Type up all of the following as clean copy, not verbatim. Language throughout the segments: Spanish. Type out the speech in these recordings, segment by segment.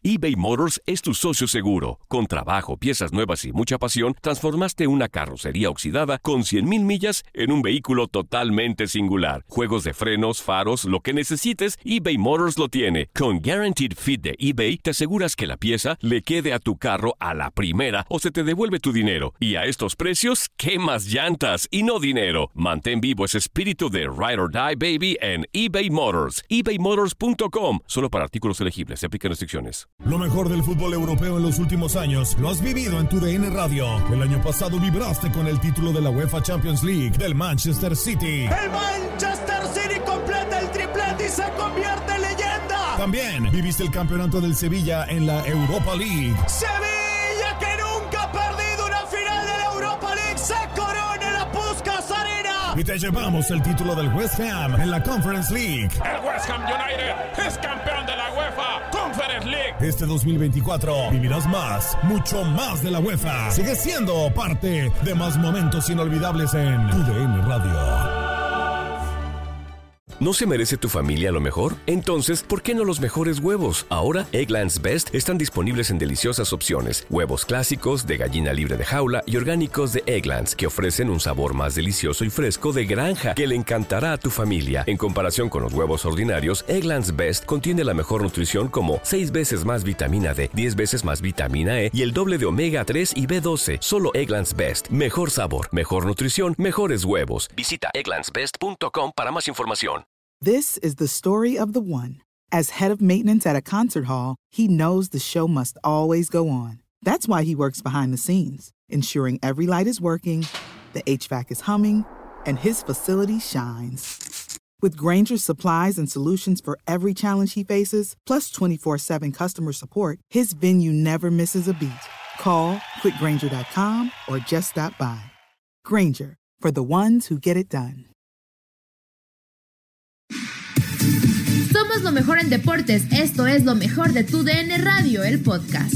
eBay Motors es tu socio seguro. Con trabajo, piezas nuevas y mucha pasión, transformaste una carrocería oxidada con 100,000 millas en un vehículo totalmente singular. Juegos de frenos, faros, lo que necesites, eBay Motors lo tiene. Con Guaranteed Fit de eBay, te aseguras que la pieza le quede a tu carro a la primera o se te devuelve tu dinero. Y a estos precios, ¿qué más llantas y no dinero? Mantén vivo ese espíritu de Ride or Die, baby, en eBay Motors. ebaymotors.com. Solo para artículos elegibles. Se aplican restricciones. Lo mejor del fútbol europeo en los últimos años lo has vivido en tu DN Radio. El año pasado vibraste con el título de la UEFA Champions League del Manchester City. El Manchester City completa el triplete y se convierte en leyenda. También viviste el campeonato del Sevilla en la Europa League. Sevilla, que nunca ha perdido una final de la Europa League, se corona en la Puskás Arena. Y te llevamos el título del West Ham en la Conference League. El West Ham United es campeón de la UEFA Conference League. Este 2024 vivirás más, mucho más de la UEFA. Sigue siendo parte de más momentos inolvidables en tu DN Radio. ¿No se merece tu familia lo mejor? Entonces, ¿por qué no los mejores huevos? Ahora, Eggland's Best están disponibles en deliciosas opciones. Huevos clásicos, de gallina libre de jaula y orgánicos de Eggland's, que ofrecen un sabor más delicioso y fresco de granja que le encantará a tu familia. En comparación con los huevos ordinarios, Eggland's Best contiene la mejor nutrición como 6 veces más vitamina D, 10 veces más vitamina E y el doble de omega 3 y B12. Solo Eggland's Best. Mejor sabor, mejor nutrición, mejores huevos. Visita egglandsbest.com para más información. This is the story of the one. As head of maintenance at a concert hall, he knows the show must always go on. That's why he works behind the scenes, ensuring every light is working, the HVAC is humming, and his facility shines. With Grainger's supplies and solutions for every challenge he faces, plus 24/7 customer support, his venue never misses a beat. Call quickgrainger.com or just stop by. Grainger, for the ones who get it done. Somos lo mejor en deportes. Esto es lo mejor de tu DN Radio, el podcast.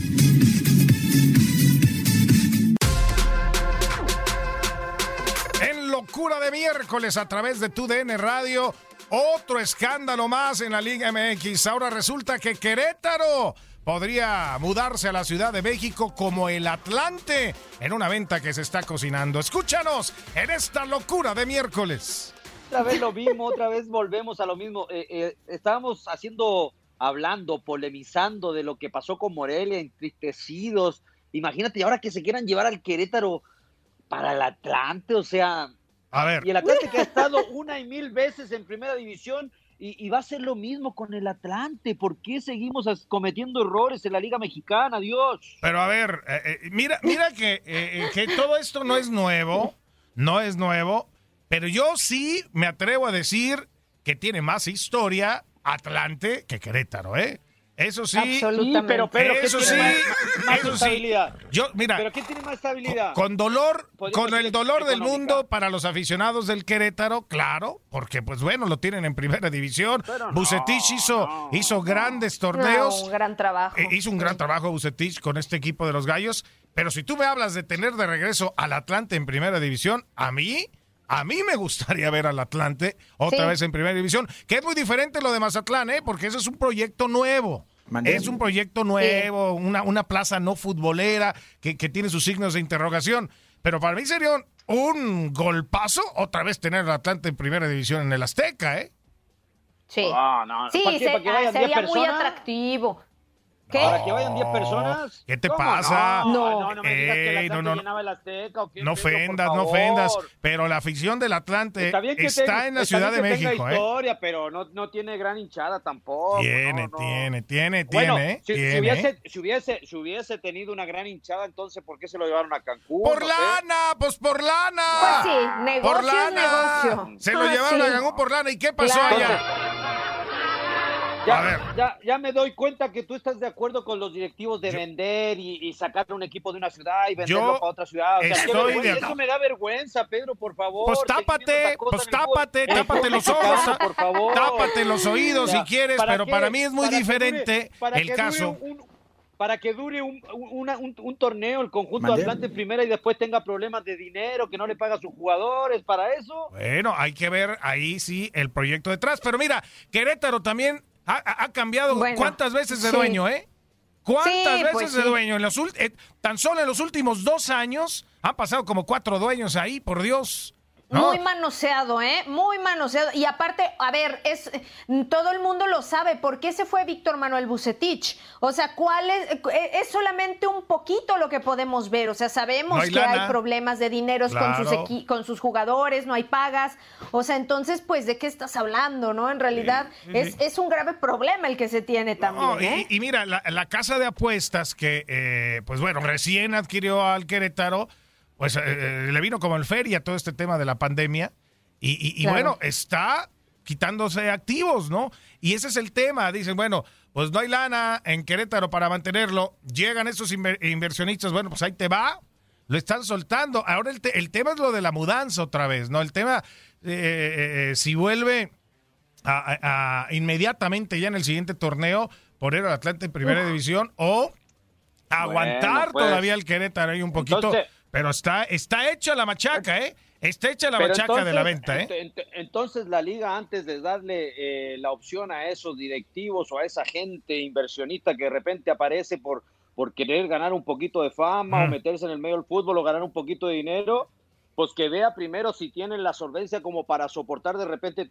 En locura de miércoles a través de tu DN Radio, otro escándalo más en la Liga MX. Ahora resulta que Querétaro podría mudarse a la Ciudad de México como el Atlante en una venta que se está cocinando. Escúchanos en esta locura de miércoles. Otra vez lo mismo, otra vez volvemos a lo mismo. Estábamos hablando, polemizando de lo que pasó con Morelia, entristecidos. Imagínate, y ahora que se quieran llevar al Querétaro para el Atlante, o sea... A ver. Y el Atlante que ha estado 1,000 veces en Primera División y va a ser lo mismo con el Atlante. ¿Por qué seguimos cometiendo errores en la Liga Mexicana, Dios? Pero a ver, mira que todo esto no es nuevo, pero yo sí me atrevo a decir que tiene más historia Atlante que Querétaro, ¿eh? Eso sí. Absolutamente. Pero eso ¿qué sí. tiene más Eso estabilidad? sí. Yo, mira. ¿Pero qué tiene más estabilidad? Con el dolor del económica. mundo para los aficionados del Querétaro, claro, porque pues bueno, lo tienen en Primera División. Vucetich hizo grandes torneos. Un gran trabajo. Hizo un gran trabajo Vucetich con este equipo de los Gallos. Pero si tú me hablas de tener de regreso al Atlante en Primera División, a mí me gustaría ver al Atlante otra vez en Primera División, que es muy diferente lo de Mazatlán, porque ese es un proyecto nuevo. Es un proyecto nuevo, una plaza no futbolera que tiene sus signos de interrogación. Pero para mí sería un golpazo otra vez tener al Atlante en Primera División en el Azteca, ¿eh? Sí, No. sí, ¿Para qué vayan 10 sería muy personas? atractivo. ¿Qué? ¿Para que vayan 10 personas? ¿Qué te ¿Cómo pasa? No me digas que el Atlante llenaba el Azteca. ¿O qué, No Pedro, ofendas, por favor. pero la afición del Atlante Está bien que está en la Ciudad de México, tenga historia, pero no tiene gran hinchada tampoco. Tiene. Bueno, tiene. si hubiese tenido una gran hinchada, entonces ¿por qué se lo llevaron a Cancún? ¡Por No sé. lana! ¡Pues por lana! Pues sí, negocio ¡Por lana! es negocio. Se lo llevaron a Cancún por lana. ¿Y qué pasó Claro. allá? A ver. Ya me doy cuenta que tú estás de acuerdo con los directivos de vender y sacar un equipo de una ciudad y venderlo para otra ciudad. O sea, eso me da vergüenza, Pedro, por favor. Pues tápate los ojos, por favor. Tápate los oídos si quieres, pero qué? para mí es muy diferente para el que caso. Para que dure un torneo el conjunto de Atlante en primera y después tenga problemas de dinero, que no le paga a sus jugadores, ¿para eso? Bueno, hay que ver ahí sí el proyecto detrás. Pero mira, Querétaro también ha cambiado cuántas veces de dueño, ¿eh? ¿Cuántas veces de dueño? Tan solo en los últimos 2 años han pasado como 4 dueños ahí, por Dios. ¿No? Muy manoseado, muy manoseado. Y aparte, a ver, todo el mundo lo sabe. ¿Por qué se fue Víctor Manuel Vucetich? O sea, es solamente un poquito lo que podemos ver. O sea, sabemos que hay problemas de dineros con sus jugadores, no hay pagas. O sea, entonces, pues, ¿de qué estás hablando, no? En realidad, es un grave problema el que se tiene también. Y mira, la casa de apuestas que, pues bueno, recién adquirió al Querétaro, pues le vino como en feria todo este tema de la pandemia y bueno, está quitándose activos, ¿no? Y ese es el tema. Dicen, bueno, pues no hay lana en Querétaro para mantenerlo. Llegan esos inversionistas, bueno, pues ahí te va. Lo están soltando. Ahora el tema es lo de la mudanza otra vez, ¿no? El tema, si vuelve a inmediatamente ya en el siguiente torneo poner al Atlante en primera división o aguantar todavía el Querétaro ahí un poquito. Entonces, pero está hecha la machaca, ¿eh? Está hecha la machaca de la venta, ¿eh? Entonces la liga, antes de darle la opción a esos directivos o a esa gente inversionista que de repente aparece por querer ganar un poquito de fama o meterse en el medio del fútbol o ganar un poquito de dinero, pues que vea primero si tienen la solvencia como para soportar de repente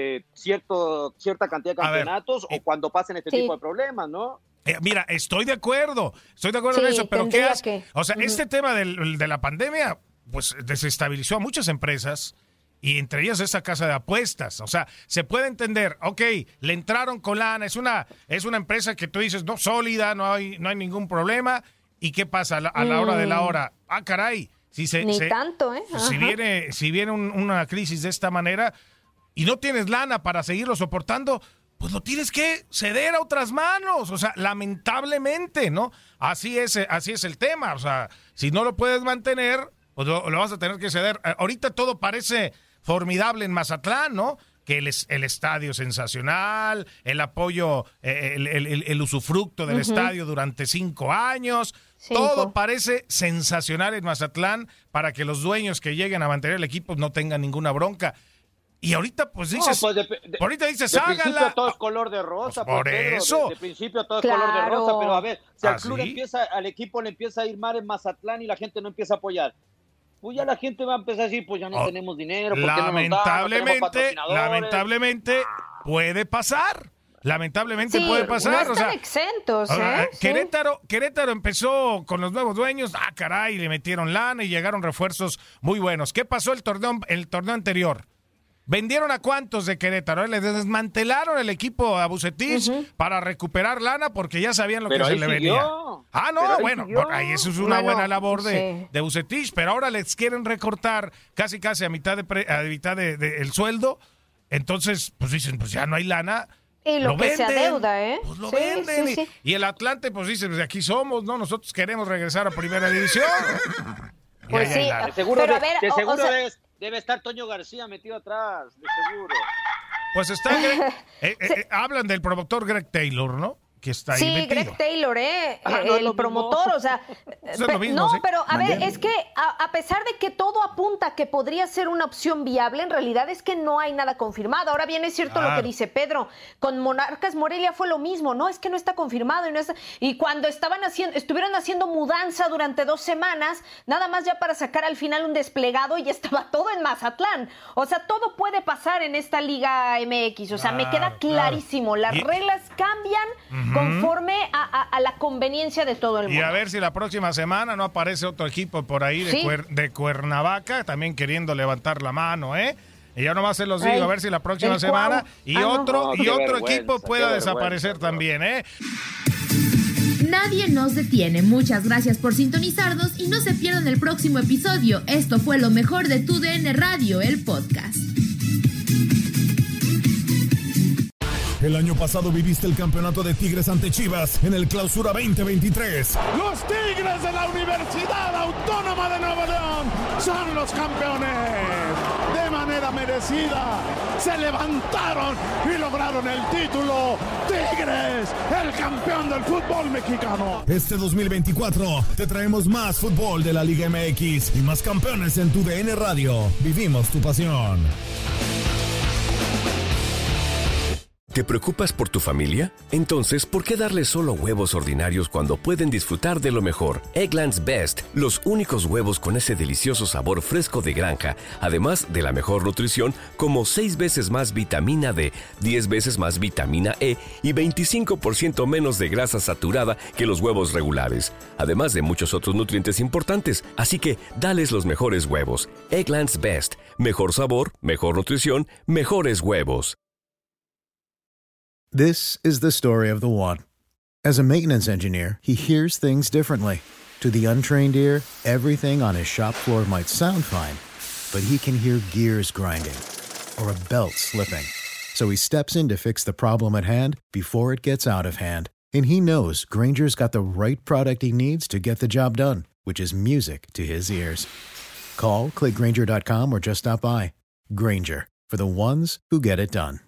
cierta cantidad de campeonatos o cuando pasen este tipo de problemas, ¿no? Mira, estoy de acuerdo en eso, pero ¿qué hace? O sea, este tema de la pandemia, pues desestabilizó a muchas empresas y entre ellas esa casa de apuestas. O sea, se puede entender, ok, le entraron con lana, es una empresa que tú dices, no, sólida, no hay ningún problema. ¿Y qué pasa a la hora de la hora? Ah, caray. Tanto, ¿eh? Si viene una crisis de esta manera y no tienes lana para seguirlo soportando, pues lo tienes que ceder a otras manos. O sea, lamentablemente, ¿no? Así es el tema. O sea, si no lo puedes mantener, pues lo vas a tener que ceder. Ahorita todo parece formidable en Mazatlán, ¿no? Que el estadio sensacional, el apoyo, el usufructo del estadio durante 5 años. Todo parece sensacional en Mazatlán para que los dueños que lleguen a mantener el equipo no tengan ninguna bronca. Y ahorita pues dices, ahorita dices, háganla. De principio todo es color de rosa. Pues por eso. De principio todo es color de rosa, pero a ver, si al equipo le empieza a ir mal en Mazatlán y la gente no empieza a apoyar, pues ya la gente va a empezar a decir, pues ya no tenemos dinero, ¿por qué no nos dan? Lamentablemente puede pasar. Puede pasar. No están exentos, Querétaro empezó con los nuevos dueños, caray, le metieron lana y llegaron refuerzos muy buenos. ¿Qué pasó el torneo anterior? ¿Vendieron a cuántos de Querétaro? Le desmantelaron el equipo a Vucetich para recuperar lana porque ya sabían lo que se le venía. Ahí eso es una buena labor de Vucetich, pero ahora les quieren recortar casi a mitad de el sueldo. Entonces, pues dicen, pues ya no hay lana. Y lo que se adeuda, ¿eh? Pues lo venden. Sí. Y el Atlante, pues dice, pues de aquí somos, ¿no? Nosotros queremos regresar a primera división. Pues sí, de seguro debe estar Toño García metido atrás, de seguro. Pues está hablan del promotor Greg Taylor, ¿no? Que está ahí metido. Greg Taylor, el promotor, o sea, pero a ver, es que a pesar de que todo apunta que podría ser una opción viable, en realidad es que no hay nada confirmado. Ahora bien, es cierto lo que dice Pedro, con Monarcas Morelia fue lo mismo, no, es que no está confirmado y cuando estuvieron haciendo mudanza durante 2 semanas, nada más ya para sacar al final un desplegado y ya estaba todo en Mazatlán. O sea, todo puede pasar en esta Liga MX, o sea, me queda clarísimo, las reglas cambian conforme a la conveniencia de todo el mundo. Y a ver si la próxima semana no aparece otro equipo por ahí de Cuernavaca también queriendo levantar la mano, ¿eh? Y ya nomás se los digo, a ver si la próxima semana otro equipo pueda desaparecer también, ¿eh? Nadie nos detiene. Muchas gracias por sintonizarnos y no se pierdan el próximo episodio. Esto fue lo mejor de TUDN Radio, el podcast. El año pasado viviste el campeonato de Tigres ante Chivas en el Clausura 2023. Los Tigres de la Universidad Autónoma de Nuevo León son los campeones. De manera merecida, se levantaron y lograron el título. Tigres, el campeón del fútbol mexicano. Este 2024 te traemos más fútbol de la Liga MX y más campeones en TUDN Radio. Vivimos tu pasión. ¿Te preocupas por tu familia? Entonces, ¿por qué darles solo huevos ordinarios cuando pueden disfrutar de lo mejor? Eggland's Best, los únicos huevos con ese delicioso sabor fresco de granja, además de la mejor nutrición, como 6 veces más vitamina D, 10 veces más vitamina E y 25% menos de grasa saturada que los huevos regulares, además de muchos otros nutrientes importantes. Así que, dales los mejores huevos. Eggland's Best, mejor sabor, mejor nutrición, mejores huevos. This is the story of the one. As a maintenance engineer, he hears things differently. To the untrained ear, everything on his shop floor might sound fine, but he can hear gears grinding or a belt slipping. So he steps in to fix the problem at hand before it gets out of hand. And he knows Grainger's got the right product he needs to get the job done, which is music to his ears. Call, click Grainger.com, or just stop by. Grainger, for the ones who get it done.